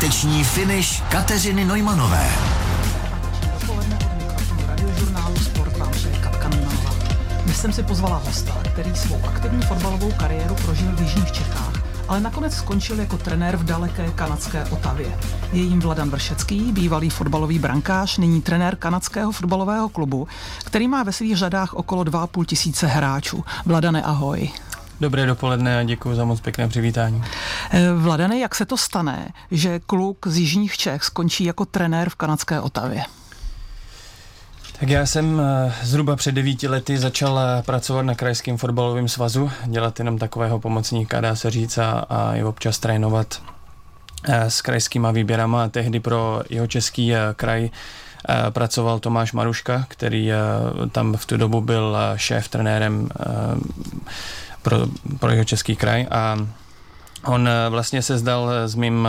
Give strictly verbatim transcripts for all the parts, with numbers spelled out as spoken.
Páteční finish Kateřiny Neumanové. Odpoledne od mikrofonu radiožurnálu Sport vám přeje Katka Neumannová. Dnes jsem si pozvala hosta, který svou aktivní fotbalovou kariéru prožil v jižních Čechách, ale nakonec skončil jako trenér v daleké kanadské Ottawě. Je jím Vladan Vršecký, bývalý fotbalový brankář, nyní trenér kanadského fotbalového klubu, který má ve svých řadách okolo dva a půl tisíce hráčů. Vladane, ahoj. Dobré dopoledne a děkuji za moc pěkné přivítání. Vladane, jak se to stane, že kluk z jižních Čech skončí jako trenér v kanadské Ottawě? Tak já jsem zhruba před devíti lety začal pracovat na krajském fotbalovém svazu, dělat jenom takového pomocníka, dá se říct, a, a i občas trénovat s krajskýma výběrama. Tehdy pro Jihočeský kraj pracoval Tomáš Maruška, který tam v tu dobu byl šéf trenérem pro, pro Jihočeský kraj, a on vlastně se zdal s mým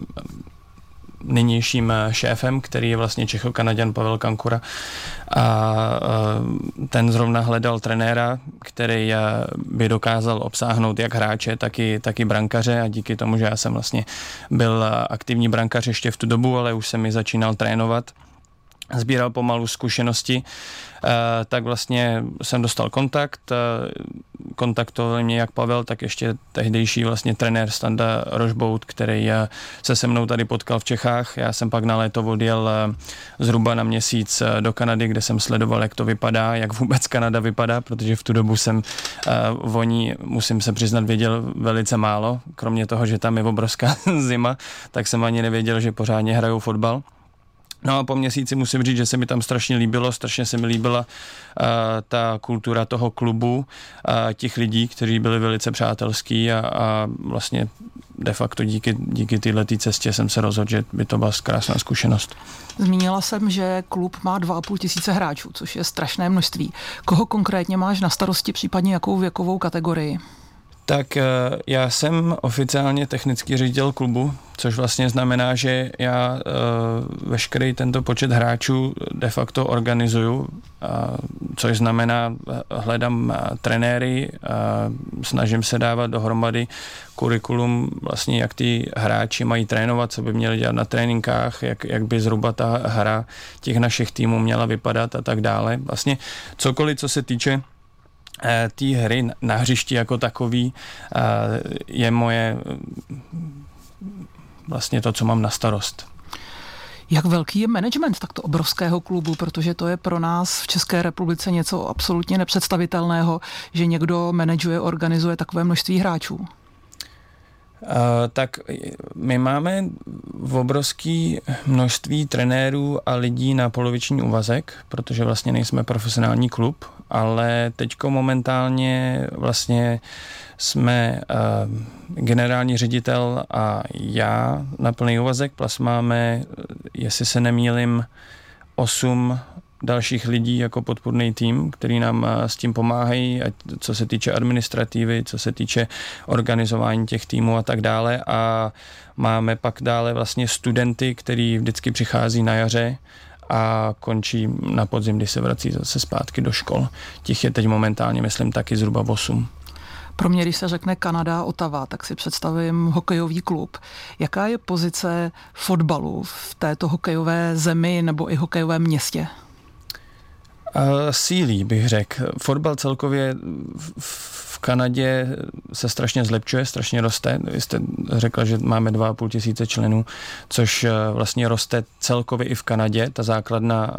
nynějším šéfem, který je vlastně Čecho-Kanaďan Pavel Kankura, a ten zrovna hledal trenéra, který by dokázal obsáhnout jak hráče, tak i, tak i brankaře, a díky tomu, že já jsem vlastně byl aktivní brankař ještě v tu dobu, ale už jsem mi začínal trénovat, sbíral pomalu zkušenosti, tak vlastně jsem dostal kontakt, kontaktoval mě jak Pavel, tak ještě tehdejší vlastně trenér Standa Rožbout, který se se mnou tady potkal v Čechách. Já jsem pak na léto odjel zhruba na měsíc do Kanady, kde jsem sledoval, jak to vypadá, jak vůbec Kanada vypadá, protože v tu dobu jsem o ní, musím se přiznat, věděl velice málo. Kromě toho, že tam je obrovská zima, tak jsem ani nevěděl, že pořádně hrajou fotbal. No a po měsíci musím říct, že se mi tam strašně líbilo, strašně se mi líbila uh, ta kultura toho klubu, uh, těch lidí, kteří byli velice přátelský, a, a vlastně de facto díky, díky této cestě jsem se rozhodl, že by to byla krásná zkušenost. Zmínila jsem, že klub má dva a půl tisíce hráčů, což je strašné množství. Koho konkrétně máš na starosti, případně jakou věkovou kategorii? Tak já jsem oficiálně technický ředitel klubu, což vlastně znamená, že já veškerý tento počet hráčů de facto organizuju, což znamená, hledám trenéry, snažím se dávat dohromady kurikulum, vlastně jak ty hráči mají trénovat, co by měli dělat na tréninkách, jak, jak by zhruba ta hra těch našich týmů měla vypadat a tak dále. Vlastně cokoliv, co se týče té hry na hřišti jako takový, je moje vlastně to, co mám na starost. Jak velký je management takto obrovského klubu, protože to je pro nás v České republice něco absolutně nepředstavitelného, že někdo manažuje, organizuje takové množství hráčů? Uh, tak my máme obrovské množství trenérů a lidí na poloviční úvazek, protože vlastně nejsme profesionální klub, ale teďko momentálně vlastně jsme uh, generální ředitel a já na plný úvazek, plus máme, jestli se nemýlim, osm dalších lidí jako podpůrný tým, který nám s tím pomáhají, co se týče administrativy, co se týče organizování těch týmů a tak dále. A máme pak dále vlastně studenty, který vždycky přichází na jaře a končí na podzim, kdy se vrací zase zpátky do škol. Těch je teď momentálně, myslím, taky zhruba osm. Pro mě, když se řekne Kanada, Ottawa, tak si představím hokejový klub. Jaká je pozice fotbalu v této hokejové zemi nebo i hokejovém městě? Sílí, bych řekl. Fotbal celkově v Kanadě se strašně zlepšuje, strašně roste. Vy jste řekla, že máme dva a půl tisíce členů, což vlastně roste celkově i v Kanadě. Ta základna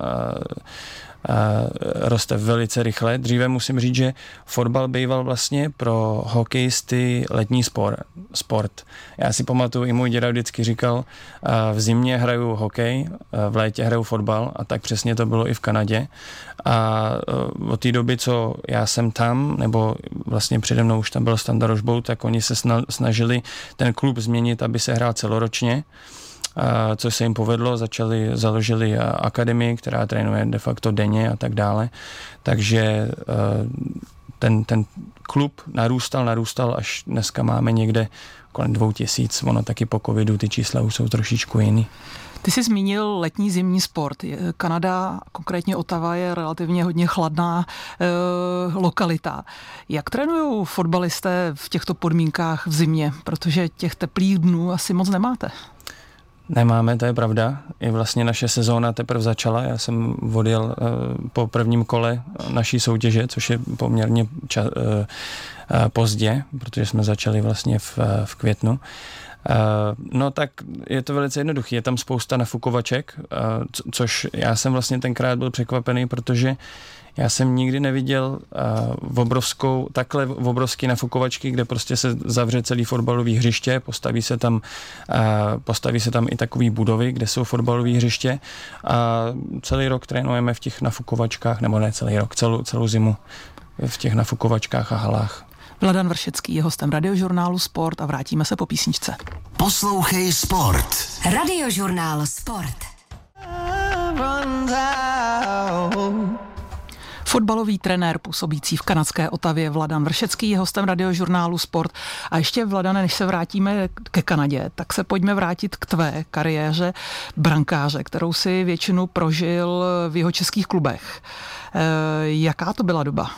roste velice rychle. Dříve musím říct, že fotbal býval vlastně pro hokejisty letní sport. sport. Já si pamatuju, i můj děda vždycky říkal, v zimě hraju hokej, v létě hraju fotbal, a tak přesně to bylo i v Kanadě. A od té doby, co já jsem tam, nebo vlastně přede mnou už tam byl Standa Rožbout, tak oni se snažili ten klub změnit, aby se hrál celoročně, což se jim povedlo, začali, založili akademii, která trénuje de facto denně a tak dále. Takže ten, ten klub narůstal, narůstal, až dneska máme někde kolem dvou tisíc. Ono taky po covidu ty čísla už jsou trošičku jiný. Ty jsi zmínil letní zimní sport. Kanada, konkrétně Ottawa, je relativně hodně chladná e, lokalita. Jak trénují fotbalisté v těchto podmínkách v zimě? Protože těch teplých dnů asi moc nemáte. Nemáme, to je pravda. I vlastně naše sezóna teprve začala. Já jsem odjel uh, po prvním kole naší soutěže, což je poměrně ča- uh, uh, pozdě, protože jsme začali vlastně v, uh, v květnu. Uh, no tak je to velice jednoduché. Je tam spousta nafukovaček, uh, co, což já jsem vlastně tenkrát byl překvapený, protože já jsem nikdy neviděl uh, obrovskou, takhle obrovský nafukovačky, kde prostě se zavře celý fotbalový hřiště, postaví se tam, uh, postaví se tam i takový budovy, kde jsou fotbalové hřiště a celý rok trénujeme v těch nafukovačkách, nebo ne celý rok, celou, celou zimu v těch nafukovačkách a halách. Vladan Vršecký je hostem Radiožurnálu Sport a vrátíme se po písničce. Poslouchej Sport. Radiožurnál Sport. Fotbalový trenér působící v kanadské Ottawě Vladan Vršecký je hostem Radiožurnálu Sport. A ještě, Vladane, než se vrátíme ke Kanadě, tak se pojďme vrátit k tvé kariéře brankáře, kterou si většinu prožil v jihočeských klubech. E, jaká to byla doba?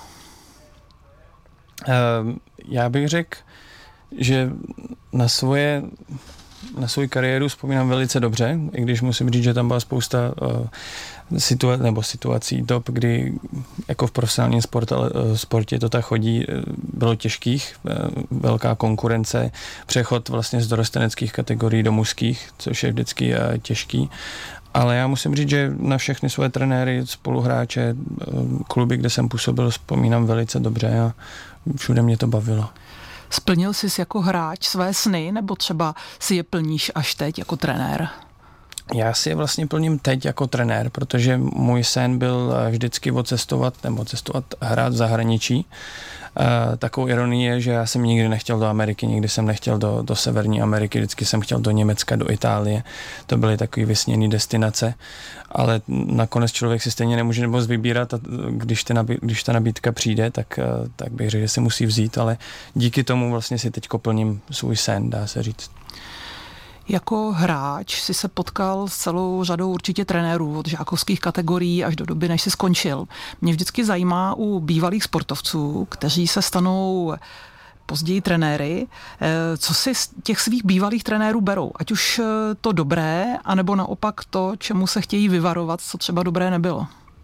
E, já bych řekl, že na svoje na svou kariéru vzpomínám velice dobře, i když musím říct, že tam byla spousta uh, situa- nebo situací, dob, kdy jako v profesionálním sport, ale, uh, sportě to tak chodí, uh, bylo těžkých, uh, velká konkurence, přechod vlastně z dorosteneckých kategorií do mužských, což je vždycky uh, těžký. Ale já musím říct, že na všechny své trenéry, spoluhráče, uh, kluby, kde jsem působil, vzpomínám velice dobře a všude mě to bavilo. Splnil jsi jako hráč své sny, nebo třeba si je plníš až teď jako trenér? Já si je vlastně plním teď jako trenér, protože můj sen byl vždycky odcestovat nebo cestovat hrát v zahraničí. E, takovou ironii je, že já jsem nikdy nechtěl do Ameriky, nikdy jsem nechtěl do, do Severní Ameriky, vždycky jsem chtěl do Německa, do Itálie. To byly takové vysněné destinace, ale nakonec člověk si stejně nemůže moc vybírat a když, ta nabí, když ta nabídka přijde, tak, tak bych řekl, že si musí vzít, ale díky tomu vlastně si teďko plním svůj sen, dá se říct. Jako hráč si se potkal s celou řadou určitě trenérů od žákovských kategorií až do doby, než jsi skončil. Mě vždycky zajímá u bývalých sportovců, kteří se stanou později trenéry, co si z těch svých bývalých trenérů berou. Ať už to dobré, anebo naopak to, čemu se chtějí vyvarovat, co třeba dobré nebylo.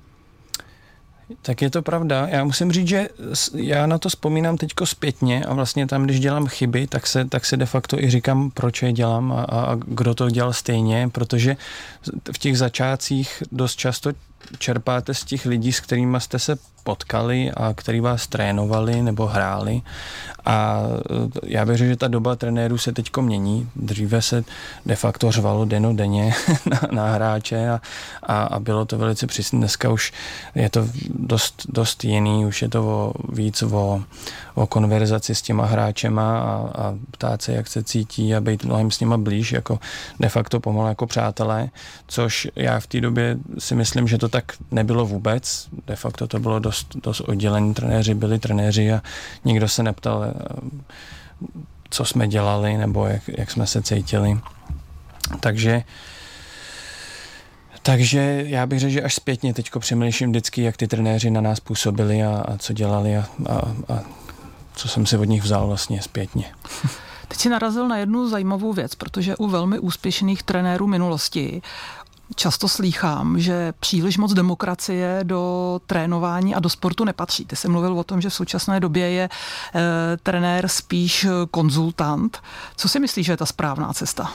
Tak je to pravda. Já musím říct, že já na to vzpomínám teďko zpětně a vlastně tam, když dělám chyby, tak se, tak se de facto i říkám, proč je dělám a, a kdo to dělal stejně, protože v těch začátcích dost často čerpáte z těch lidí, s kterými jste se potkali a který vás trénovali nebo hráli a já bych řekl, že ta doba trenérů se teďko mění. Dříve se de facto řvalo dennodenně na, na hráče a, a, a bylo to velice přísné. Dneska už je to dost, dost jiný, už je to o, víc o, o konverzaci s těma hráčema a, a ptát se, jak se cítí a být mnohem s nima blíž, jako de facto pomalu jako přátelé, což já v té době si myslím, že to tak nebylo vůbec. De facto to bylo dost, dost oddělení. Trenéři byli trenéři a nikdo se neptal, co jsme dělali nebo jak, jak jsme se cítili. Takže takže já bych řekl, že až zpětně teďko přemýšlím vždycky, jak ty trenéři na nás působili a, a co dělali a, a, a co jsem si od nich vzal vlastně zpětně. Teď si narazil na jednu zajímavou věc, protože u velmi úspěšných trenérů minulosti často slýchám, že příliš moc demokracie do trénování a do sportu nepatří. Ty jsi mluvil o tom, že v současné době je e, trenér spíš konzultant. Co si myslíš, že je ta správná cesta?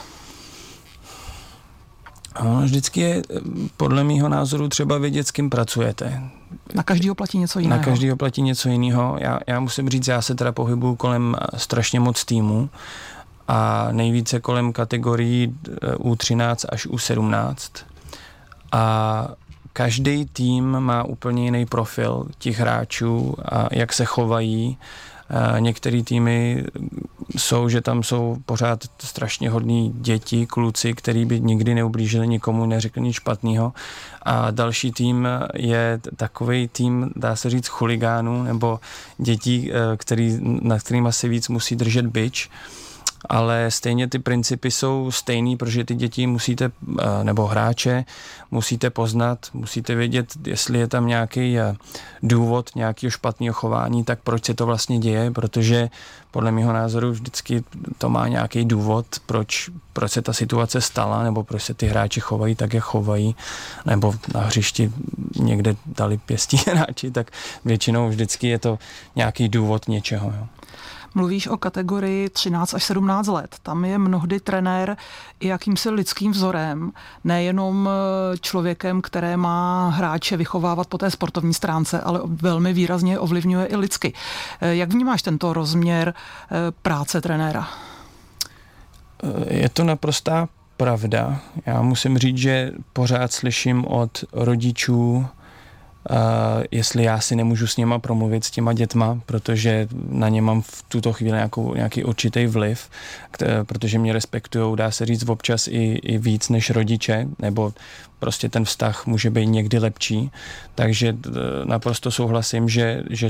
No, vždycky je podle mýho názoru třeba vědět, s kým pracujete. Na každýho platí něco jiného. Na každýho platí něco jiného. Já, já musím říct, já se teda pohybuju kolem strašně moc týmů a nejvíce kolem kategorií U třináct až U sedmnáct. A každý tým má úplně jiný profil těch hráčů a jak se chovají. Některé týmy jsou, že tam jsou pořád strašně hodní děti, kluci, který by nikdy neublížili nikomu, neřekli nic špatného. A další tým je takovej tým, dá se říct, chuligánů nebo dětí, který, nad kterými se víc musí držet bič. ale stejně ty principy jsou stejný, protože ty děti musíte, nebo hráče musíte poznat, musíte vědět, jestli je tam nějaký důvod nějakého špatného chování, tak proč se to vlastně děje, protože podle mého názoru vždycky to má nějaký důvod, proč, proč se ta situace stala, nebo proč se ty hráči chovají tak, jak chovají, nebo na hřišti někde dali pěstí hráči, tak většinou vždycky je to nějaký důvod něčeho. Jo. Mluvíš o kategorii třináct až sedmnáct let. Tam je mnohdy trenér i jakýmsi lidským vzorem, nejenom člověkem, které má hráče vychovávat po té sportovní stránce, ale velmi výrazně ovlivňuje i lidsky. Jak vnímáš tento rozměr práce trenéra? Je to naprostá pravda. Já musím říct, že pořád slyším od rodičů, Uh, jestli já si nemůžu s něma promluvit, s těma dětma, protože na ně mám v tuto chvíli nějakou, nějaký určitý vliv, které, protože mě respektujou, dá se říct občas i, i víc než rodiče, nebo prostě ten vztah může být někdy lepší. Takže uh, naprosto souhlasím, že, že,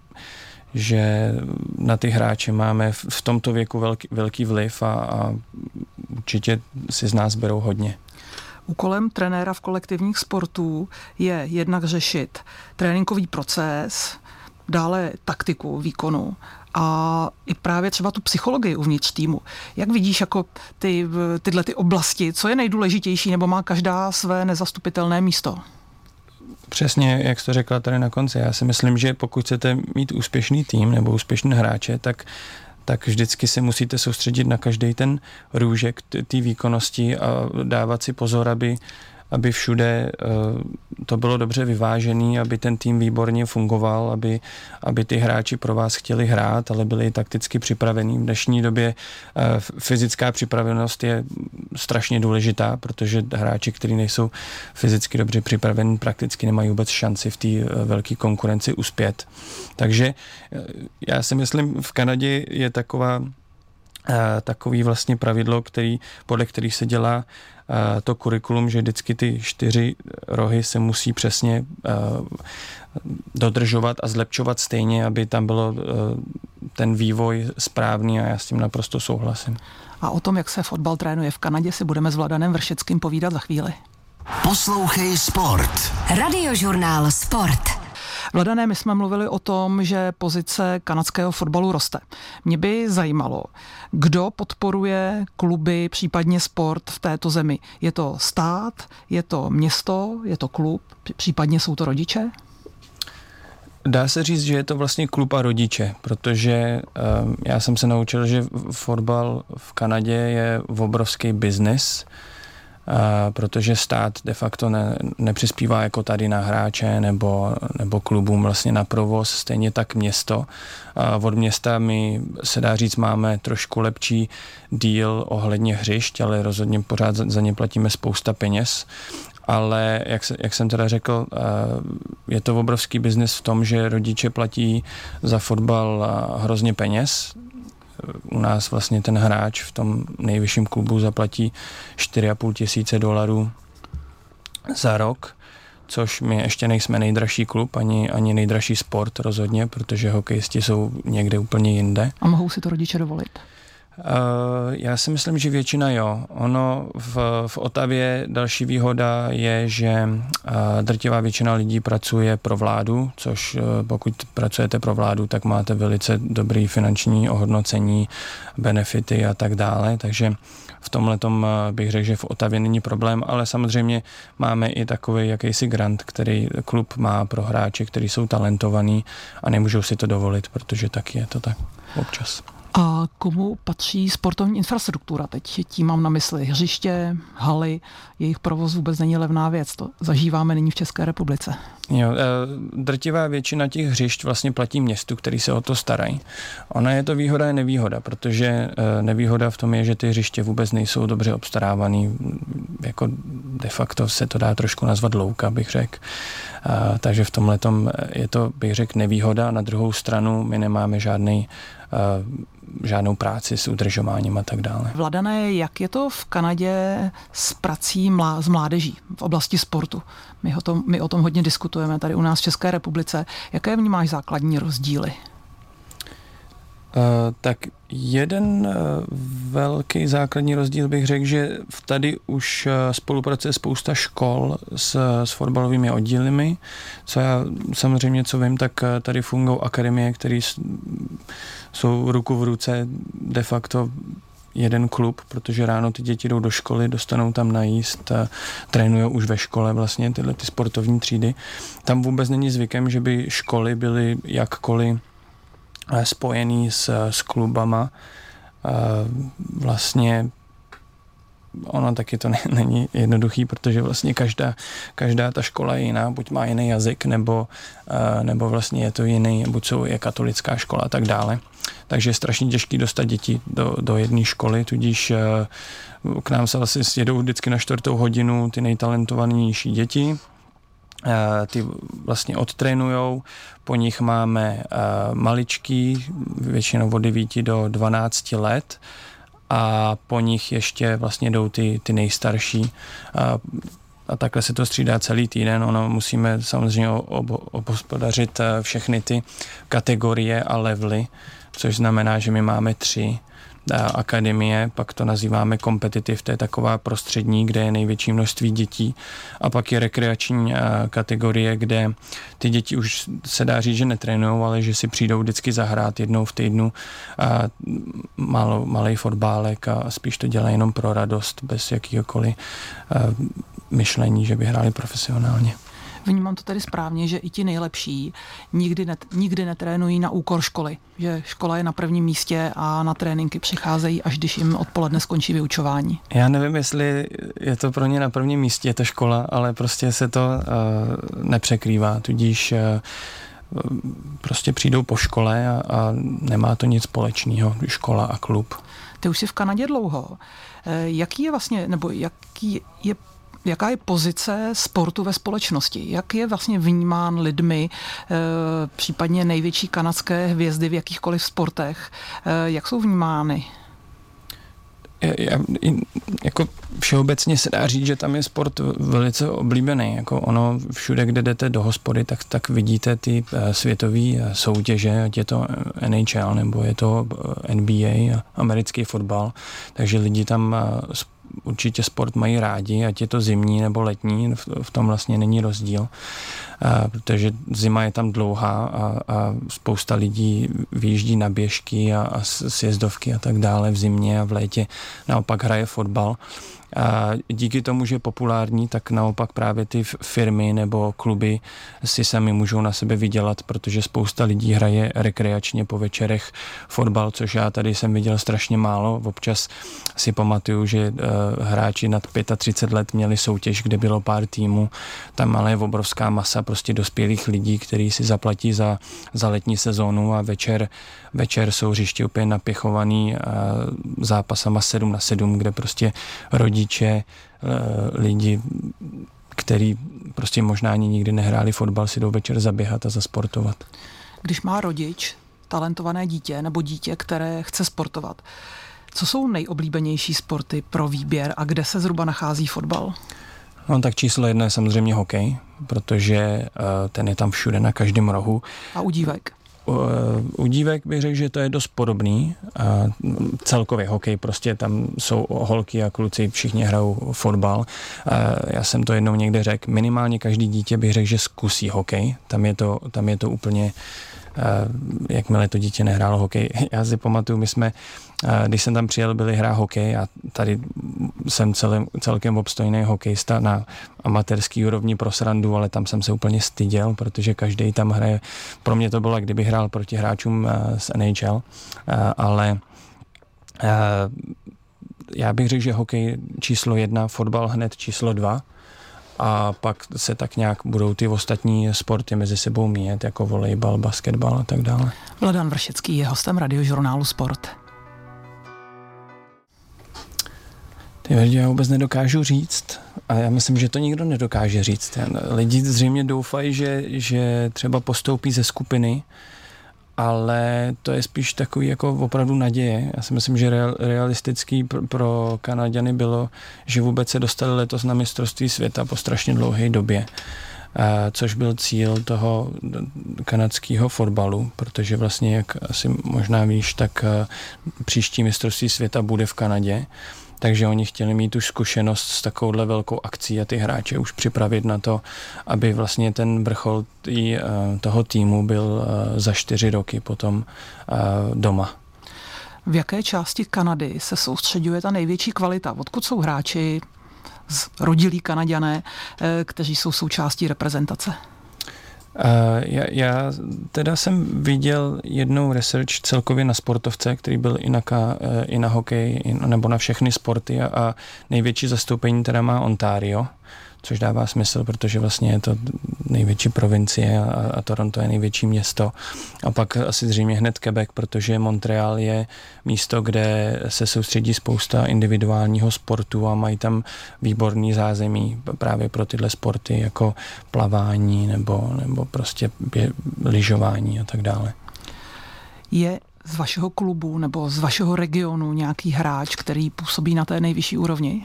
že na ty hráče máme v, v tomto věku velký, velký vliv a, a určitě si z nás berou hodně. Úkolem trenéra v kolektivních sportů je jednak řešit tréninkový proces, dále taktiku výkonu a i právě třeba tu psychologii uvnitř týmu. Jak vidíš jako ty, tyhle ty oblasti, co je nejdůležitější, nebo má každá své nezastupitelné místo? Přesně, jak jsi to řekla tady na konci. Já si myslím, že pokud chcete mít úspěšný tým nebo úspěšný hráče, tak tak vždycky se musíte soustředit na každý ten růžek té výkonnosti a dávat si pozor, aby, aby všude to bylo dobře vyvážený, aby ten tým výborně fungoval, aby, aby ty hráči pro vás chtěli hrát, ale byli takticky připravení. V dnešní době fyzická připravenost je strašně důležitá, protože hráči, kteří nejsou fyzicky dobře připravení, prakticky nemají vůbec šanci v té velké konkurenci uspět. Takže já si myslím, v Kanadě je taková takový vlastně pravidlo, který, podle kterých se dělá to kurikulum, že vždycky ty čtyři rohy se musí přesně dodržovat a zlepšovat stejně, aby tam bylo ten vývoj správný, a já s tím naprosto souhlasím. A o tom, jak se fotbal trénuje v Kanadě, si budeme s Vladanem Vršeckým povídat za chvíli. Poslouchej Sport. Radiožurnál Sport. Vladané, my jsme mluvili o tom, že pozice kanadského fotbalu roste. Mě by zajímalo, kdo podporuje kluby, případně sport v této zemi. Je to stát, je to město, je to klub, případně jsou to rodiče? Dá se říct, že je to vlastně klub a rodiče, protože um, já jsem se naučil, že fotbal v Kanadě je obrovský biznis, Uh, protože stát de facto ne, nepřispívá jako tady na hráče nebo, nebo klubům vlastně na provoz, stejně tak město. Uh, od města my, se dá říct, máme trošku lepší deal ohledně hřišť, ale rozhodně pořád za, za ně platíme spousta peněz. Ale jak, se, jak jsem teda řekl, uh, je to obrovský biznis v tom, že rodiče platí za fotbal uh, hrozně peněz. U nás vlastně ten hráč v tom nejvyšším klubu zaplatí čtyři a půl tisíce dolarů za rok, což my ještě nejsme nejdražší klub, ani, ani nejdražší sport rozhodně, protože hokejisti jsou někde úplně jinde. A mohou si to rodiče dovolit? Uh, já si myslím, že většina jo. Ono v, v Otavě další výhoda je, že uh, drtivá většina lidí pracuje pro vládu, což uh, pokud pracujete pro vládu, tak máte velice dobrý finanční ohodnocení, benefity a tak dále, takže v tomhletom uh, bych řekl, že v Otavě není problém, ale samozřejmě máme i takový jakýsi grant, který klub má pro hráče, kteří jsou talentovaní a nemůžou si to dovolit, protože taky je to tak občas. A komu patří sportovní infrastruktura? Teď tím mám na mysli hřiště, haly, jejich provoz vůbec není levná věc. To zažíváme nyní v České republice. Jo, drtivá většina těch hřišť vlastně platí městu, který se o to starají. Ona je to výhoda a nevýhoda, protože nevýhoda v tom je, že ty hřiště vůbec nejsou dobře obstarávaný. Jako de facto se to dá trošku nazvat louka, bych řekl. Takže v tomhletom je to, bych řekl, nevýhoda. Na druhou stranu my nemáme žádný žádnou práci s udržováním a tak dále. Vladané, jak je to v Kanadě s prací mlá, s mládeží v oblasti sportu? My o, tom, my o tom hodně diskutujeme tady u nás v České republice. Jaké vnímáš základní rozdíly? tak jeden uh, velký základní rozdíl bych řekl, že tady už uh, spolupracuje spousta škol s, s fotbalovými oddíly. Co já samozřejmě, co vím, tak uh, tady fungují akademie, které jsou ruku v ruce de facto jeden klub, protože ráno ty děti jdou do školy, dostanou tam najíst, trénují už ve škole vlastně tyhle ty sportovní třídy. Tam vůbec není zvykem, že by školy byly jakkoliv spojený s, s klubama. Vlastně ono taky to ne, není jednoduchý, protože vlastně každá, každá ta škola je jiná, buď má jiný jazyk, nebo, nebo vlastně je to jiný, buď jsou, je katolická škola a tak dále. Takže je strašně těžký dostat děti do, do jedné školy, tudíž k nám se vlastně jedou vždycky na čtvrtou hodinu ty nejtalentovanější děti. Ty vlastně odtrénujou, po nich máme maličký, většinou od devíti do dvanácti let, a po nich ještě vlastně jdou ty, ty nejstarší. A, a takhle se to střídá celý týden. Ono musíme samozřejmě obhospodařit všechny ty kategorie a levely, což znamená, že my máme tři akademie, pak to nazýváme competitive, to je taková prostřední, kde je největší množství dětí, a pak je rekreační kategorie, kde ty děti už se dá říct, že netrénujou, ale že si přijdou vždycky zahrát jednou v týdnu a malo, malej fotbálek a spíš to dělají jenom pro radost, bez jakýhokoliv myšlení, že by hráli profesionálně. Vnímám to tedy správně, že i ti nejlepší nikdy, net, nikdy netrénují na úkor školy. Že škola je na prvním místě a na tréninky přicházejí, až když jim odpoledne skončí vyučování. Já nevím, jestli je to pro ně na prvním místě, ta škola, ale prostě se to uh, nepřekrývá. Tudíž uh, prostě přijdou po škole a, a nemá to nic společného, škola a klub. Ty už jsi v Kanadě dlouho. Jaký je vlastně, nebo jaký je Jaká je pozice sportu ve společnosti? Jak je vlastně vnímán lidmi, případně největší kanadské hvězdy v jakýchkoliv sportech? Jak jsou vnímány? Já, jako všeobecně se dá říct, že tam je sport velice oblíbený. Jako ono všude, kde jdete do hospody, tak, tak vidíte ty světové soutěže, ať je to N H L nebo je to N B A, americký fotbal. Takže lidi tam určitě sport mají rádi, ať je to zimní nebo letní, v tom vlastně není rozdíl, a, protože zima je tam dlouhá a, a spousta lidí vyjíždí na běžky a, a sjezdovky a tak dále v zimě, a v létě naopak hraje fotbal. A díky tomu, že je populární, tak naopak právě ty firmy nebo kluby si sami můžou na sebe vydělat, protože spousta lidí hraje rekreačně po večerech fotbal, což já tady jsem viděl strašně málo. Občas si pamatuju, že uh, hráči nad třicet pět let měli soutěž, kde bylo pár týmů. Tam ale je obrovská masa prostě dospělých lidí, kteří si zaplatí za, za letní sezónu, a večer, večer jsou hřiště úplně napěchovaný uh, zápasama sedm na sedm, kde prostě rodiče, lidi, který prostě možná ani nikdy nehráli fotbal, si jdou večer zaběhat a zasportovat. Když má rodič talentované dítě nebo dítě, které chce sportovat, co jsou nejoblíbenější sporty pro výběr a kde se zhruba nachází fotbal? No tak číslo jedna je samozřejmě hokej, protože ten je tam všude na každém rohu. A u dívek? U dívek bych řekl, že to je dost podobný. Celkově hokej, prostě tam jsou holky a kluci, všichni hrajou fotbal. Já jsem to jednou někde řekl, minimálně každý dítě bych řekl, že zkusí hokej. Tam je to, tam je to úplně, jakmile to dítě nehrálo hokej. Já si pamatuju, my jsme, když jsem tam přijel, byli hrát hokej, a tady jsem celém, celkem obstojný hokejista na amatérský úrovni pro srandu, ale tam jsem se úplně styděl, protože každý tam hraje. Pro mě to bylo, kdyby hrál proti hráčům z N H L, ale já bych řekl, že hokej číslo jedna, fotbal hned číslo dva, a pak se tak nějak budou ty ostatní sporty mezi sebou míjet, jako volejbal, basketbal a tak dále. Vladan Vršecký je hostem Radiožurnálu Sport. Ty já vůbec nedokážu říct, a já myslím, že to nikdo nedokáže říct. Lidi zřejmě doufají, že, že třeba postoupí ze skupiny, ale to je spíš takový jako opravdu naděje. Já si myslím, že real, realistický pro, pro Kanaďany bylo, že vůbec se dostali letos na mistrovství světa po strašně dlouhé době. což byl cíl toho kanadského fotbalu, protože vlastně, jak asi možná víš, tak příští mistrovství světa bude v Kanadě, takže oni chtěli mít už zkušenost s takovouhle velkou akcí a ty hráče už připravit na to, aby vlastně ten vrchol tý, toho týmu byl za čtyři roky potom doma. V jaké části Kanady se soustředuje ta největší kvalita? Odkud jsou hráči, rodilí Kanaďané, kteří jsou součástí reprezentace? Uh, já, já teda jsem viděl jednou research celkově na sportovce, který byl i na, ka, i na hokej, i, nebo na všechny sporty a, a největší zastoupení teda má Ontario, což dává smysl, protože vlastně je to největší provincie a, a Toronto je největší město. A pak asi zřejmě hned Quebec, protože Montreal je místo, kde se soustředí spousta individuálního sportu a mají tam výborný zázemí právě pro tyhle sporty, jako plavání nebo, nebo prostě bě, lyžování a tak dále. Je z vašeho klubu nebo z vašeho regionu nějaký hráč, který působí na té nejvyšší úrovni?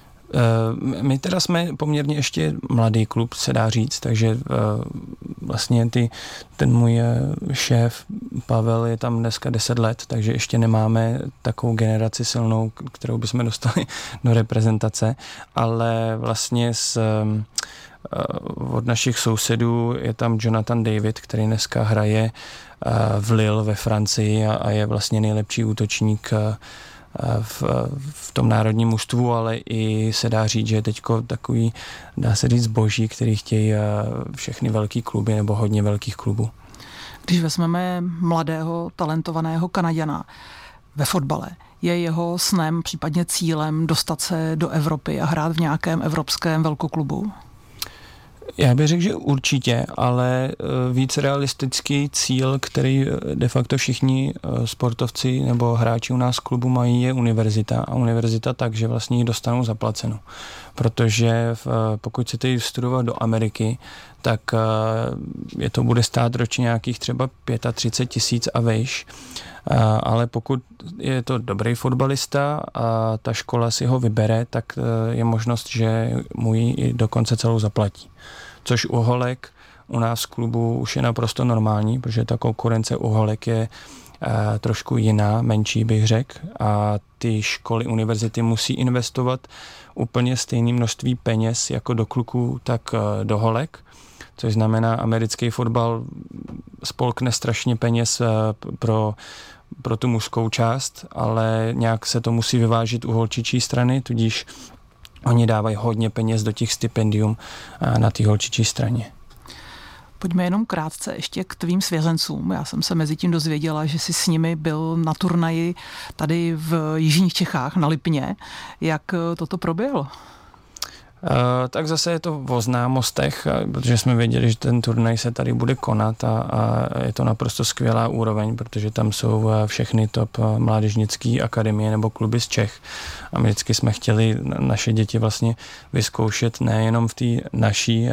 My teda jsme poměrně ještě mladý klub, se dá říct, takže vlastně ty, ten můj šéf Pavel je tam dneska deset let, takže ještě nemáme takovou generaci silnou, kterou bychom dostali do reprezentace, ale vlastně z, od našich sousedů je tam Jonathan David, který dneska hraje v Lille ve Francii a, a je vlastně nejlepší útočník V, v tom národním mužstvu, ale i se dá říct, že je teďko takový, dá se říct, boží, který chtějí všechny velký kluby nebo hodně velkých klubů. Když vezmeme mladého, talentovaného Kanaďana ve fotbale, je jeho snem, případně cílem dostat se do Evropy a hrát v nějakém evropském velkoklubu? Já bych řekl, že určitě, ale víc realistický cíl, který de facto všichni sportovci nebo hráči u nás v klubu mají, je univerzita. A univerzita tak, že vlastně ji dostanou zaplaceno. Protože pokud chcete jít studovat do Ameriky, tak je to bude stát ročně nějakých třeba třicet pět tisíc a vejš. Ale pokud je to dobrý fotbalista a ta škola si ho vybere, tak je možnost, že mu ji i dokonce celou zaplatí. Což u holek u nás v klubu už je naprosto normální, protože ta konkurence u holek je uh, trošku jiná, menší bych řekl, a ty školy, univerzity musí investovat úplně stejné množství peněz jako do kluků, tak uh, do holek, což znamená, americký fotbal spolkne strašně peněz uh, pro pro tu mužskou část, ale nějak se to musí vyvážit u holčičí strany, tudíž oni dávají hodně peněz do těch stipendium na té holčičí straně. Pojďme jenom krátce ještě k tvým svěřencům. Já jsem se mezi tím dozvěděla, že jsi s nimi byl na turnaji tady v jižních Čechách na Lipně. Jak toto proběhlo? Uh, tak zase je to o známostech, protože jsme věděli, že ten turnaj se tady bude konat a, a je to naprosto skvělá úroveň, protože tam jsou všechny top mládežnické akademie nebo kluby z Čech. A my vždycky jsme chtěli naše děti vlastně vyzkoušet nejenom v té naší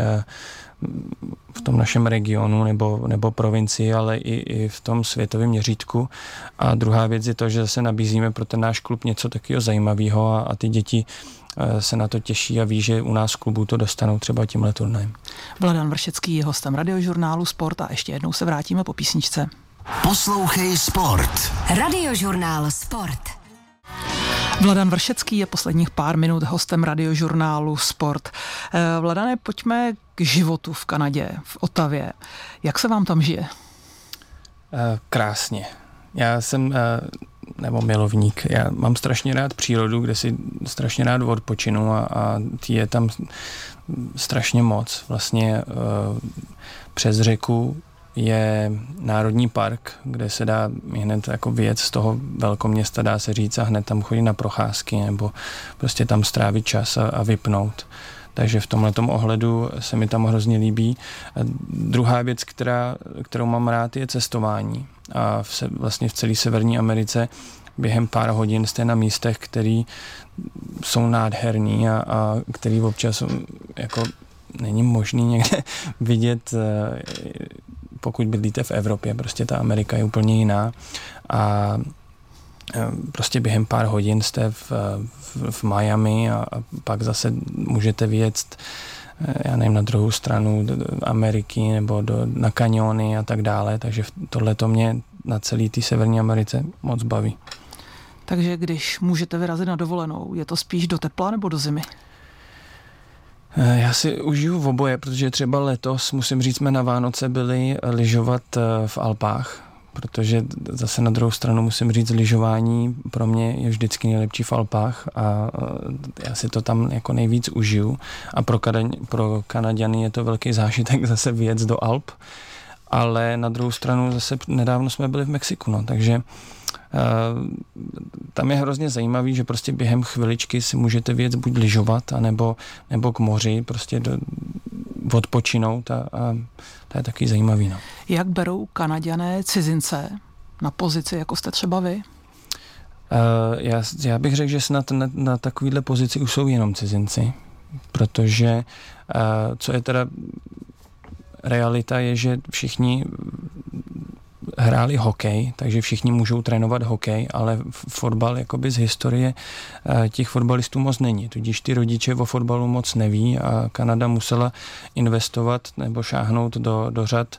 v tom našem regionu nebo, nebo provincii, ale i, i v tom světovém měřítku. A druhá věc je to, že zase nabízíme pro ten náš klub něco takového zajímavého a, a ty děti se na to těší a ví, že u nás v klubu to dostanou třeba tímhle turnajem. Vladan Vršecký je hostem Radiožurnálu Sport a ještě jednou se vrátíme po písničce. Poslouchej Sport. Radiožurnál Sport. Vladan Vršecký je posledních pár minut hostem Radiožurnálu Sport. Vladane, pojďme k životu v Kanadě, v Ottawě. Jak se vám tam žije? Krásně. Já jsem, nebo milovník, já mám strašně rád přírodu, kde si strašně rád odpočinu a, a tý je tam strašně moc. Vlastně přes řeku je národní park, kde se dá hned jako vyjet z toho velkoměsta, dá se říct, a hned tam chodit na procházky nebo prostě tam strávit čas a, a vypnout. Takže v tomhletom ohledu se mi tam hrozně líbí. A druhá věc, která, kterou mám rád, je cestování. A v se, vlastně v celé Severní Americe během pár hodin jste na místech, které jsou nádherný a, a který občas jako není možný někde vidět, pokud bydlíte v Evropě. Prostě ta Amerika je úplně jiná a prostě během pár hodin jste v, v, v Miami a, a pak zase můžete vyjet já nevím, na druhou stranu Ameriky nebo do, na kaniony a tak dále, takže tohle to mě na celé té Severní Americe moc baví. Takže když můžete vyrazit na dovolenou, je to spíš do tepla nebo do zimy? Já si užiju v oboje, protože třeba letos, musím říct, jsme na Vánoce byli lyžovat v Alpách, protože zase na druhou stranu musím říct, lyžování pro mě je vždycky nejlepší v Alpách a já si to tam jako nejvíc užiju a pro, Kanaď- pro Kanaďany je to velký zážitek zase vyjet do Alp, ale na druhou stranu zase nedávno jsme byli v Mexiku, no, takže Uh, tam je hrozně zajímavý, že prostě během chviličky si můžete vyjet buď lyžovat, anebo, nebo k moři, prostě do, odpočinout a, a to je taky zajímavý. No. Jak berou Kanaďané cizince na pozici, jako jste třeba vy? Uh, já, já bych řekl, že snad na, na takovýhle pozici už jsou jenom cizinci, protože uh, co je teda realita je, že všichni hráli hokej, takže všichni můžou trénovat hokej, ale fotbal jakoby z historie těch fotbalistů moc není. Tudíž ty rodiče o fotbalu moc neví a Kanada musela investovat nebo šáhnout do, do řad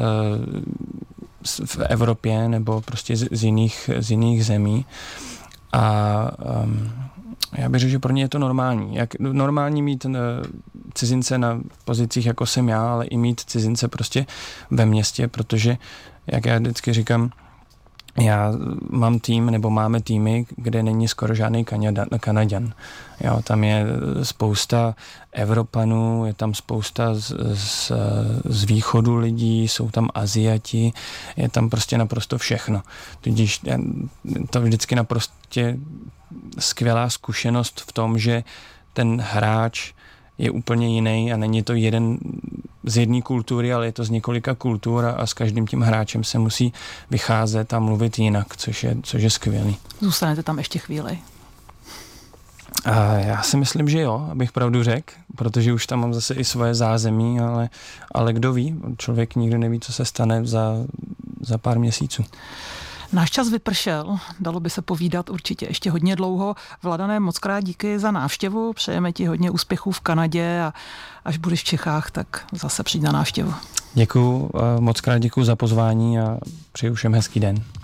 v Evropě nebo prostě z, z, jiných, z jiných zemí. A um, já bych řekl, že pro ně je to normální. Jak normální mít uh, cizince na pozicích, jako jsem já, ale i mít cizince prostě ve městě, protože jak já vždycky říkám, já mám tým, nebo máme týmy, kde není skoro žádný Kanaďan. Jo, tam je spousta Evropanů, je tam spousta z, z, z východu lidí, jsou tam Aziati, je tam prostě naprosto všechno. Tudíž to vždycky naprosto skvělá zkušenost v tom, že ten hráč je úplně jiný a není to jeden z jedné kultury, ale je to z několika kultur a, a s každým tím hráčem se musí vycházet a mluvit jinak, což je, což je skvělý. Zůstanete tam ještě chvíli? A já si myslím, že jo, abych pravdu řekl, protože už tam mám zase i svoje zázemí, ale, ale kdo ví, člověk nikdy neví, co se stane za, za pár měsíců. Náš čas vypršel, dalo by se povídat určitě ještě hodně dlouho. Vladané, moc krát díky za návštěvu, přejeme ti hodně úspěchů v Kanadě a až budeš v Čechách, tak zase přijď na návštěvu. Děkuju, moc krát děkuju za pozvání a přeju všem hezký den.